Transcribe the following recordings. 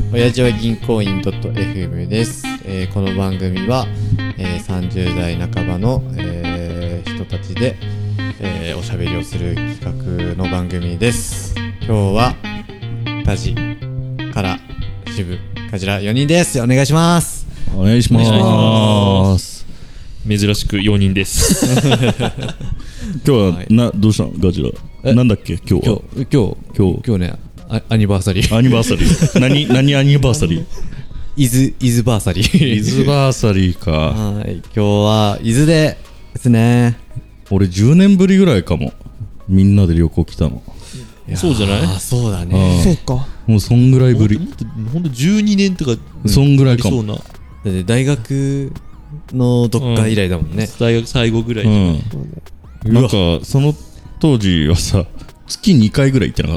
親父は銀行員 .fm です。この番組は、30代半ばの、人たちで、おしゃべりをする企画の番組です。今日はタジから渋カジラ4人です。お願いします。 お願いします。 珍しく4人です今日はどうしたのガジラ。なんだっけ今日は。 今日ね、アニバーサリー。 アニバーサリー。何アニバーサリー？ 伊豆バーサリー。 伊豆バーサリーか。 はい、今日は伊豆ですね。 俺10年ぶりぐらいかも。みんなで旅行来たの。 そうじゃない？ あ、そうだね。 そうか。 もうそんぐらいぶり。 ほんと12年とか、 そんぐらいかも。 だって大学のどっか以来だもんね。 大学最後ぐらい。 なんかその当時はさ、月2回ぐらい行ってなかった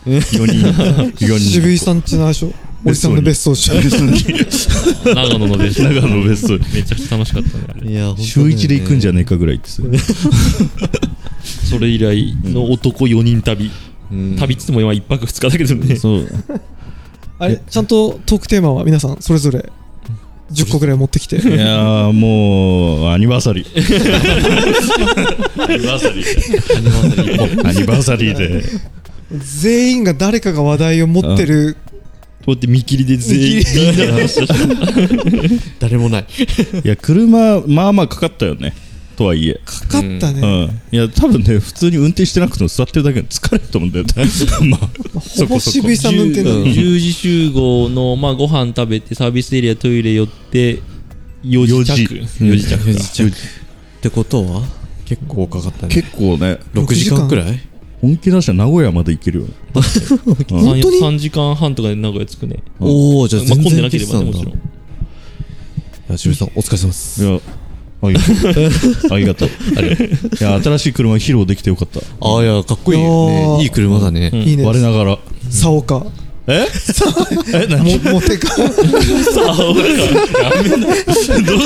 。4人渋井さんちの相性、おじさんの別荘地。 長野の別荘。 長野の別荘。 めちゃくちゃ楽しかったね。 いや、 週1で行くんじゃねえかぐらいってさ。 それ以来の男4人旅。旅っつっても今1泊2日だけどね。 そう。 あれ、ちゃんとトークテーマは皆さんそれぞれ10個ぐらい持ってきて。 いやーもうアニバーサリー。アニバーサリー。アニバーサリーで。 全員が誰かが話題を持ってる。 こうやって見切りで全員みんな話した。 誰もない。 いや車まあまあかかったよね。とはいえかかったね。 いや多分ね普通に運転してなくても座ってるだけで疲れると思うんだよね。まあほぼ渋井さんの運転だね。 10時集合のまあご飯食べてサービスエリアトイレ寄って4時着。4時着ってことは結構かかったね。 結構ね 6時間くらい。 本気出したら名古屋まで行けるよ。 本当に 3時間半とかで名古屋着くね。 おお、じゃあ全然混んでなければね、もちろん。 いや、渋井さんお疲れ様です。 いやありがとう。いや新しい車披露できてよかった。 ああ、いやかっこいいよね。いい車だね。 いいね。 我ながらサオカ。 何モテカ。 さあ、やめな。どう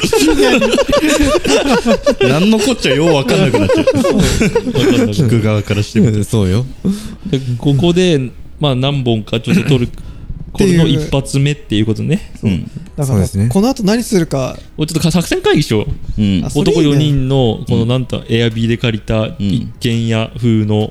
して何のこっちゃよう分かんなくなっちゃう。聞く側からしてみて。 そうよ。 でここでまあ何本かちょっと撮るこれの一発目っていうことね。 だからこの後何するかちょっと作戦会議しよう。男4人のこのなんとエアビーで借りた一軒家風の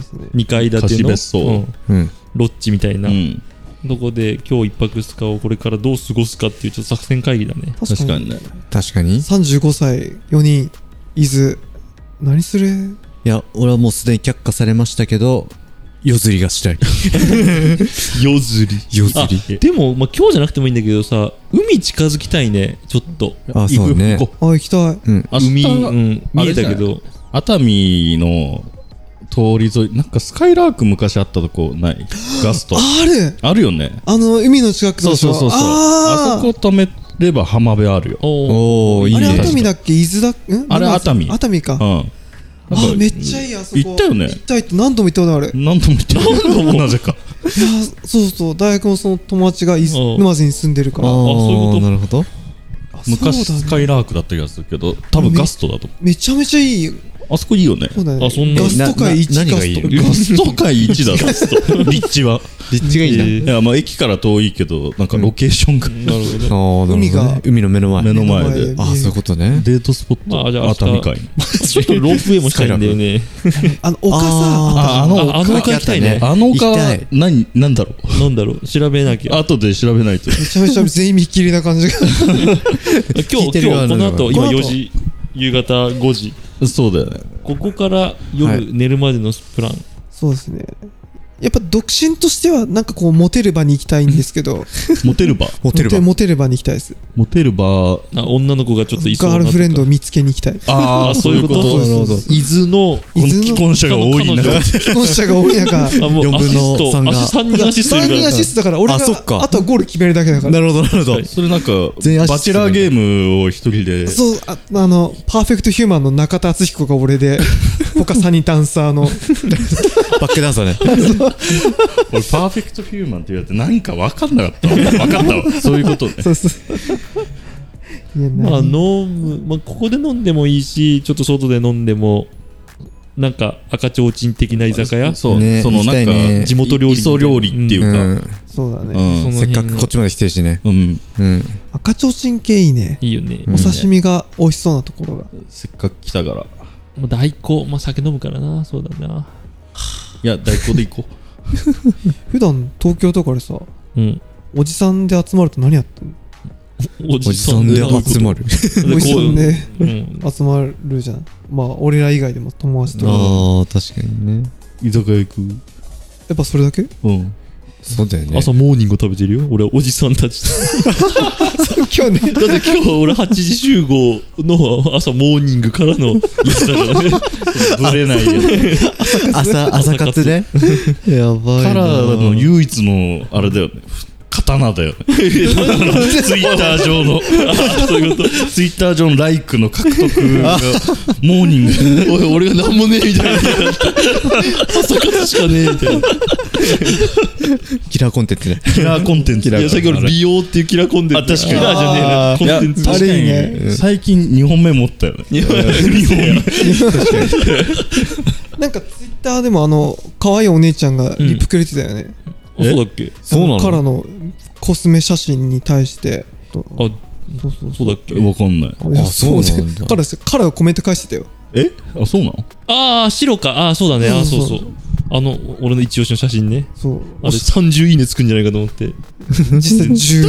2階建てのロッジみたいなどこで今日一泊2日をこれからどう過ごすかっていうちょっと作戦会議だね。 確かにね。 確かに 35歳4人伊豆何する？ いや俺はもうすでに却下されましたけど夜釣りがしたい。 夜釣りでもまあ今日じゃなくてもいいんだけどさ、海近づきたいね。ちょっとそうね。 行きたい。 海見えたけど熱海の通り沿いなんかスカイラーク昔あったとこない？ガストあるよね。 海の近くの。 そうあそこ止めれば浜辺あるよ。 おお、いいね。 あれ熱海だっけ？伊豆だ？ あれ熱海か。めっちゃいい。あそこ行ったよね。 行ったって何度も行ったことある。 何度も行ったなぜか。 いやそう大学のその友達が沼津に住んでるから。 そういうこと。 なるほど。 昔スカイラークだった気がするけど多分ガストだと思う。 めちゃめちゃいい。 あそこいいよね。 そうだね。 ガスト界1 何がいい？ ガスト界1だ。ガスト立地は立地がいいんだ。 いやまあ駅から遠いけどなんかロケーションがなるほど。 海の目の前で。 あ、そういうことね。 デートスポット熱海海。 ちょっとロープウェイもしたいんだよね。 丘さ、 あの丘行きたいね。 あの丘なんだろう調べなきゃ。 後で調べないと。 めちゃめちゃ全員見切りな感じが。 今日この後今4時夕方5時。 そうだよね。 ここから夜寝るまでのプラン。 そうですね。やっぱ独身としてはなんかこうモテる場に行きたいんですけど。 モテる場に行きたいです。 モテる場。 女の子がちょっといそうなガールフレンドを見つけに行きたい。 ああ、そういうこと。伊豆の既婚者が多い中。 既婚者が多い中。 4分の3が。 3人アシストいるから。 3人アシストだから俺があとはゴール決めるだけだから。 なるほど。 それなんかバチェラーゲームを一人で。 そうパーフェクトヒューマンの中田敦彦が俺で他3人ダンサーのバックダンサーね。 俺パーフェクトヒューマンって言われてなんか分かんなかった。分かったわ。そういうことね。 そうまあ飲む、まあここで飲んでもいいし、ちょっと外で飲んでもなんか赤ちょうちん的な居酒屋、 そうね、そのなんか地元料理磯料理っていうか、 そうだね。 せっかくこっちまで来てるしね。 赤ちょうちん系いいね。 いいよね。 お刺身が美味しそうなところが。 せっかく来たから。 もう大根、まあ酒飲むからな、そうだな。 いや、大根で行こう。普段東京とかでさ、おじさんで集まると何やってんの？ おじさんで集まる。 おじさんで集まるじゃん。まあ俺ら以外でも友達とか。 ああ、確かにね。 居酒屋行く。 やっぱそれだけ？ そうだよね。 朝モーニング食べてるよ。俺はおじさんたちと。 今日ね。 だって今日俺8時集合の朝モーニングからのやつだからね。 ぶれないよ。 朝活ね。やばい。 カラーの唯一のあれだよね。刀だよね。ツイッター上のそういうことツイッター上のライクの獲得がモーニング俺が何もねえみたいな朝活しかねえみたいなキラーコンテンツね。 キラーコンテンツ。 いや先ほど美容っていうキラーコンテンツ。 確かにキラーじゃねえなコンテンツ。 確かにね。最近2本目持ったよね。2本目。 なんかツイッターでも可愛いお姉ちゃんがリプくれてたよね。 そうだっけ？ そうなの？ カラのコスメ写真に対してそうだっけ？ わかんない。 あ、そうなんだ。 カラがコメント返してたよ。 あ、そうなの？ ああ、白か。ああ、そうだね。ああ、そうそう。俺の一押しの写真ね。 そう。 あれ30いいねつくんじゃないかと思って。 実際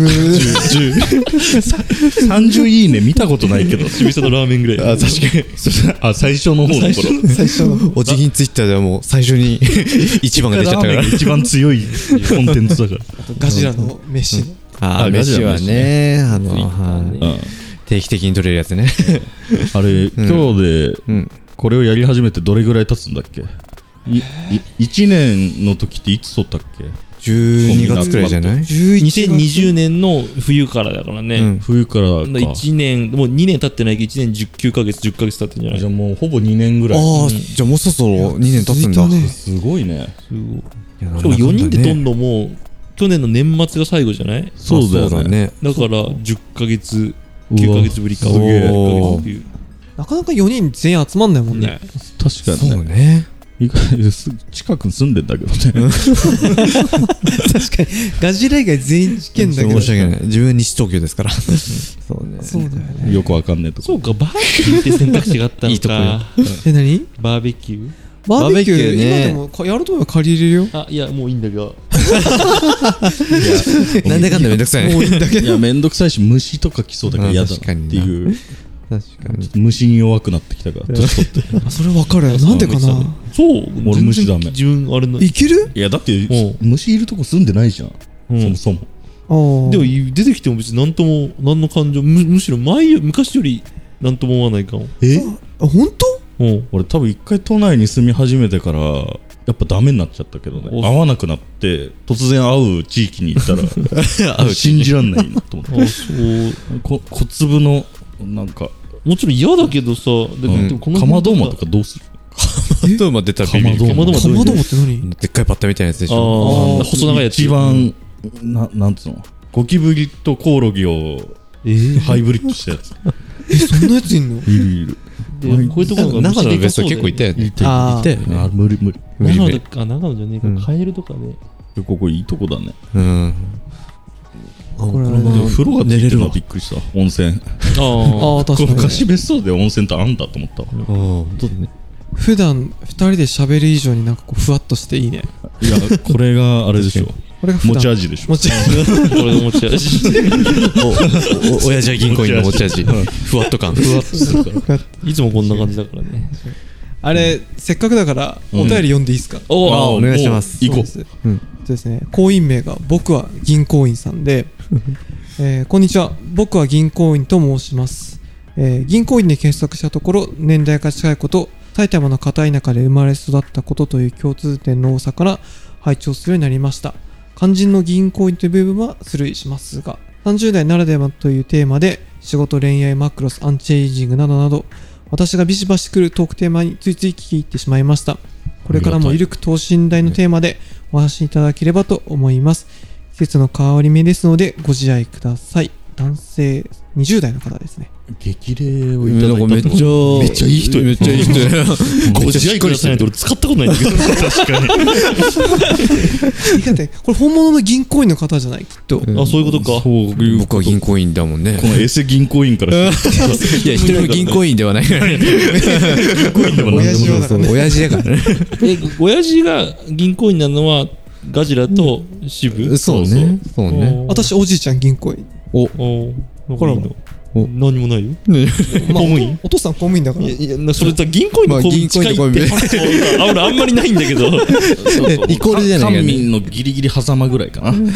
30いいね見たことないけど。 渋々のラーメンぐらい。 あ、確かに。最初の方の頃。 最初の。 お辞儀ツイッターではもう最初に一番が出ちゃったから。 一番強いコンテンツだから。 ガジラの飯。 飯はね、定期的に取れるやつね。 あれ、今日でこれをやり始めてどれぐらい経つんだっけ？1年の時っていつ撮ったっけ ？12月くらいじゃない？ 2020年の冬からだからね。 冬からか。 1年、もう2年経ってないけど1年19ヶ月、10ヶ月経ってんじゃない？ じゃあもうほぼ2年ぐらい。 ああ、じゃあもうそろそろ2年経つんだ。 すごいね。 しかも4人で撮んのも去年の年末が最後じゃない？ そうだよね。 だから10ヶ月、9ヶ月ぶりか。 なかなか4人全員集まんないもんね。 確かにそうね。 近くに住んでんだけどね。 確かにガジラ以外全員事件だけど。 申し訳ない。自分西東京ですから。そうね。 そうだよね。 よくわかんねえとこ。 そうか、バーベキューって選択肢があったのか。 いいとこよ。 何？ バーベキュー？ バーベキューね。今でもやると思えば借りれるよ。 あ、いや、もういいんだけど。 なんでかんだめんどくさい。 もういいんだけど。 いや、めんどくさいし、虫とか来そうだから嫌だっていう。 確かに虫に弱くなってきたから年取ってそれ分かる。なんでかな。 そう俺虫ダメ。 自分あれのいける？ いやだって虫いるとこ住んでないじゃん、そもそも。 でも出てきても別に何とも何の感情、むしろ昔より何とも思わないかも。 本当？ 俺多分一回都内に住み始めてからやっぱダメになっちゃったけどね。会わなくなって突然会う地域に行ったら信じらんないなと思って。小粒のなんかもちろん嫌だけどさ、でもカマドーマとかどうする？ カマドーマ出たらビビる。 カマドーマって何？ でっかいバッタみたいなやつでしょ。 細長いやつ。 一番なんつうの、ゴキブリとコオロギをハイブリッドしたやつ。 そんなやついんの？ いる。 こういうところが長野ベスト結構いたよね。いたよね。 無理。 長野じゃねえか、カエルとかね。 ここいいとこだね。 これ風呂が出れるのびっくりした。温泉。 ああ、確かに。 貸別荘で温泉ってあんだと思ったわ。 普段2人で喋る以上になんかこうふわっとしていいね。 いや、これがあれでしょ。持ち味でしょ。 持ち味。 これが持ち味。 親父は銀行員の持ち味。ふわっと感。ふわっとするから。 いつもこんな感じだからね。 あれ、せっかくだからお便り読んでいいですか？ お願いします。 行こう。 ですね、行員名が僕は銀行員さんで、こんにちは、僕は銀行員と申します。銀行員で検索したところ、年代が近いこと、埼玉の片田舎で生まれ育ったことという共通点の多さから拝聴するようになりました。肝心の銀行員という部分はスルーしますが、30代ならではというテーマで仕事、恋愛、マクロス、アンチエイジングなどなど、私がビシバシ来るトークテーマについつい聞き入ってしまいました。これからもゆるく等身大のテーマでお話しいただければと思います。季節の変わり目ですのでご自愛ください。男性 20代の方ですね。 激励をいただいた。 めっちゃいい人。めっちゃいい人。 ご自愛くださいなんて俺使ったことないんだけど。確かに。 これ本物の銀行員の方じゃないきっと。 あ、そういうことか。 僕は銀行員だもんね。 このエセ銀行員から。いや、 一人も銀行員ではないからね。銀行員でもない。 親父だからね。 親父が銀行員なのはガジラと渋。 そうね。そうね。 私おじいちゃん銀行員。 ほら。何もないよ。公務員。お父さん公務員だから。 いや、それさ銀行員の公務員近いって。俺あんまりないんだけど。 イコールじゃない。 官民のギリギリ狭間ぐらいかな。よく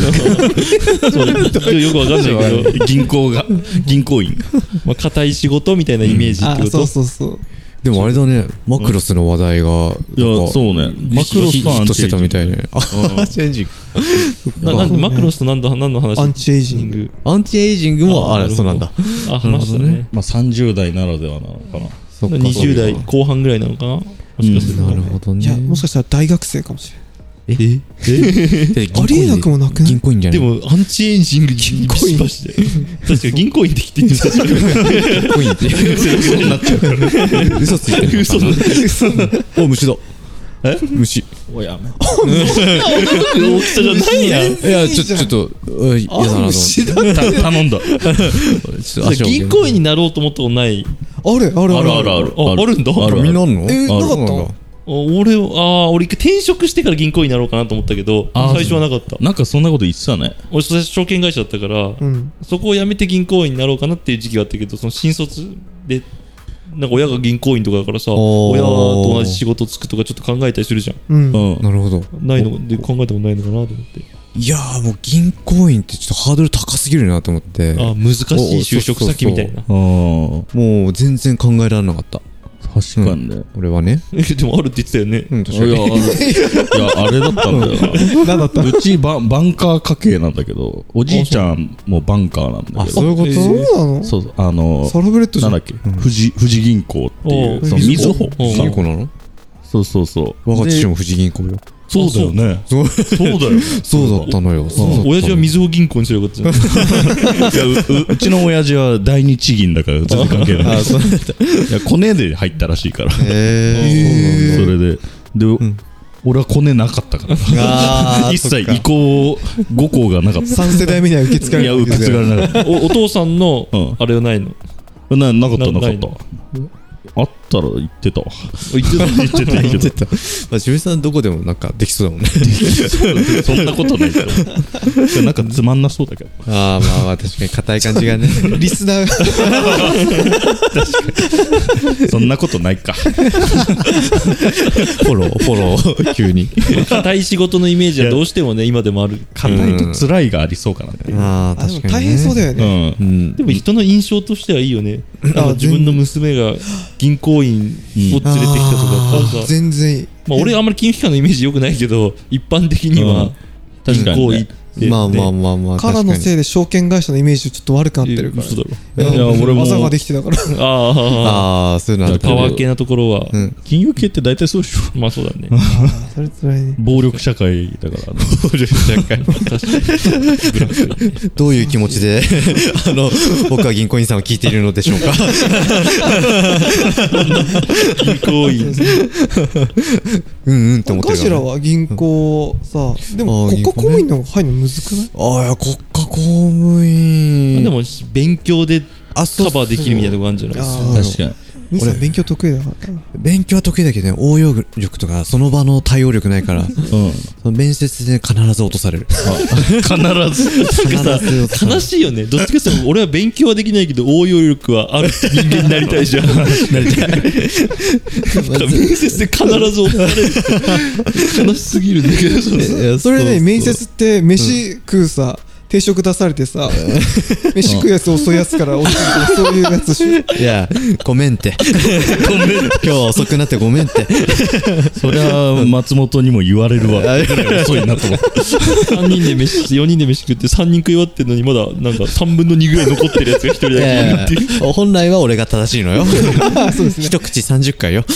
わかんないけど。 銀行員。 まあ固い仕事みたいなイメージってこと。 そう。 でもあれだね、マクロスの話題が、 いや、そうね、 マクロスヒットしてたみたいね。アンチエイジング。 マクロスと何の話？ アンチエイジング。 アンチエイジングも、そうなんだ。 話したね。 まあ30代ならではなのかな。 20代後半ぐらいなのかな。もしかすると。 なるほどね。 いや、もしかしたら大学生かもしれない。 ありえなくもなくない？ 銀行員じゃない。でもアンチエイジング銀行員確か銀行員って聞いてる。 銀行員って嘘になっちゃうから嘘ついてる。嘘お虫だ。虫。 おやめ。 大きさじゃないやん。 いやちょっと嫌だなと思って。 頼んだ。 銀行員になろうと思ったことない。 あるんだ。 みんなあんの？ なかった？ 俺一回転職してから銀行員になろうかなと思ったけど、最初はなかった。 なんかそんなこと言ってたね。 俺最初証券会社だったから、そこを辞めて銀行員になろうかなっていう時期があったけど、その新卒でなんか親が銀行員とかだからさ、親と同じ仕事つくとかちょっと考えたりするじゃん。 なるほど。 ないので考えたことないのかなと思って。 いやーもう銀行員ってちょっとハードル高すぎるなと思って。 難しい就職先みたいな。 もう全然考えられなかった。 確かにね。 俺はね。 でもあるって言ってたよね。 確かに。 いや、あれだったんだよな。 何だった？ うちバンカー家系なんだけど、おじいちゃんもバンカーなんだけど。 あ、そういうこと？ そうなの？ そう、 サラブレッドじゃん。 なんだっけ、富士銀行っていう、みずほ銀行なの？ そう。 我が父も富士銀行よ。 そうだよね。そうだよ。 そうだったのよ。 親父はみずほ銀行にすればよかったじゃん。 うちの親父は第二地銀だから全然関係ない。いや、コネで入ったらしいから。それで俺はコネなかったから。一切移行5校がなかった。 3世代目には受け継がれない。 いや、受け継がれなかった。 お父さんのあれはないの？ なかった。あったら言ってたわ。言ってた。 まあ、渋井さんどこでもなんかできそうだもんね。 そんなことないけど。なんかつまんなそうだけど。 まあ確かに硬い感じがね。 リスナーが。 確かに。そんなことないか。 フォロー、急に。 硬い仕事のイメージはどうしてもね、今でもある。 硬いと辛いがありそうかなって。 確かに。 大変そうだよね。 でも人の印象としてはいいよね。自分の娘が銀行員を連れてきたとかさ、 全然いい。 まあ俺あんまり金融機関のイメージ良くないけど、一般的には銀行員まあからのせいで証券会社のイメージちょっと悪くなってるから。 嘘だろ。 いや俺も技ができてたから。 そういうのある。 パワー系なところは金融系って大体そうでしょ。 まあそうだね。 それ辛いね。 暴力社会だから。暴力社会。 どういう気持ちで僕は銀行員さんを聞いているのでしょうか。 銀行員って思ってる。 ガジラは銀行さ、でも国家公務員の入るのむずくない？ いや国家公務員でも勉強でカバーできるみたいなとこあるんじゃない？ 確かに。 兄さん勉強得意だから。 勉強は得意だけどね、応用力とかその場の対応力ないから、その面接で必ず落とされる。 必ず悲しいよね。どっちかというと俺は勉強はできないけど応用力はある人間になりたいじゃん。なりたい。面接で必ず落とされるって悲しすぎるんだけど。 それね、面接って飯食うさ、定食出されてさ、飯食うやつ遅いやつから落ちてる、そういうやつし。 いや、ごめんって。今日は遅くなってごめんって。 そりゃ松本にも言われるわ。遅いなと思って。 4人で飯食って3人食い終わってんのにまだなんか3分の2ぐらい残ってるやつが1人だけいるっていう。 本来は俺が正しいのよ。 そうですね。 一口30回よ。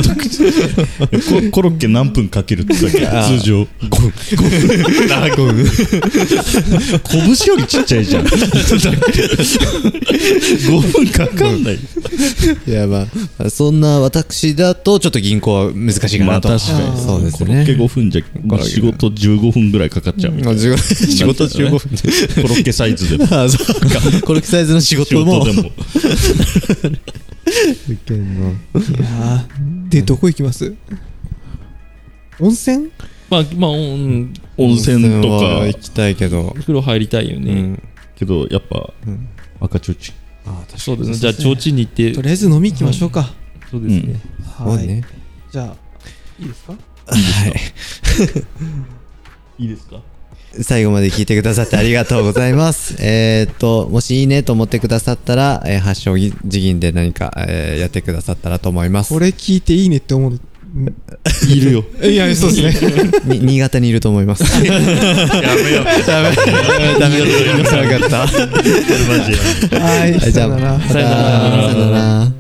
コロッケ何分かけるって言ったっけ？通常5分。 拳よりちっちゃいじゃん。5分かかんない。いや、まあ、そんな私だとちょっと銀行は難しいかなと。 まあ確かに。 そうですね。 コロッケ5分じゃ、仕事15分ぐらいかかっちゃう。仕事15分で。コロッケサイズでも。 ああ、そうか。コロッケサイズの仕事も。 仕事でも。 いやで、どこ行きます？温泉？ まあ、 温泉とか行きたいけど。 風呂入りたいよね。 けど、やっぱ、赤ちょうちん。 そうですね。じゃあ、ちょうちんに行って。 とりあえず飲み行きましょうか。 そうですね。 はい。じゃあ、いいですか？ はい。 いいですか？ 最後まで聞いてくださってありがとうございます。もしいいねと思ってくださったら、発祥辞銀で何か、やってくださったらと思います。 これ聞いていいねって思ういるよ。 いや、そうですね。 新潟にいると思います。やめよう。ダメ。分かった。 はい、 じゃあ、さよなら。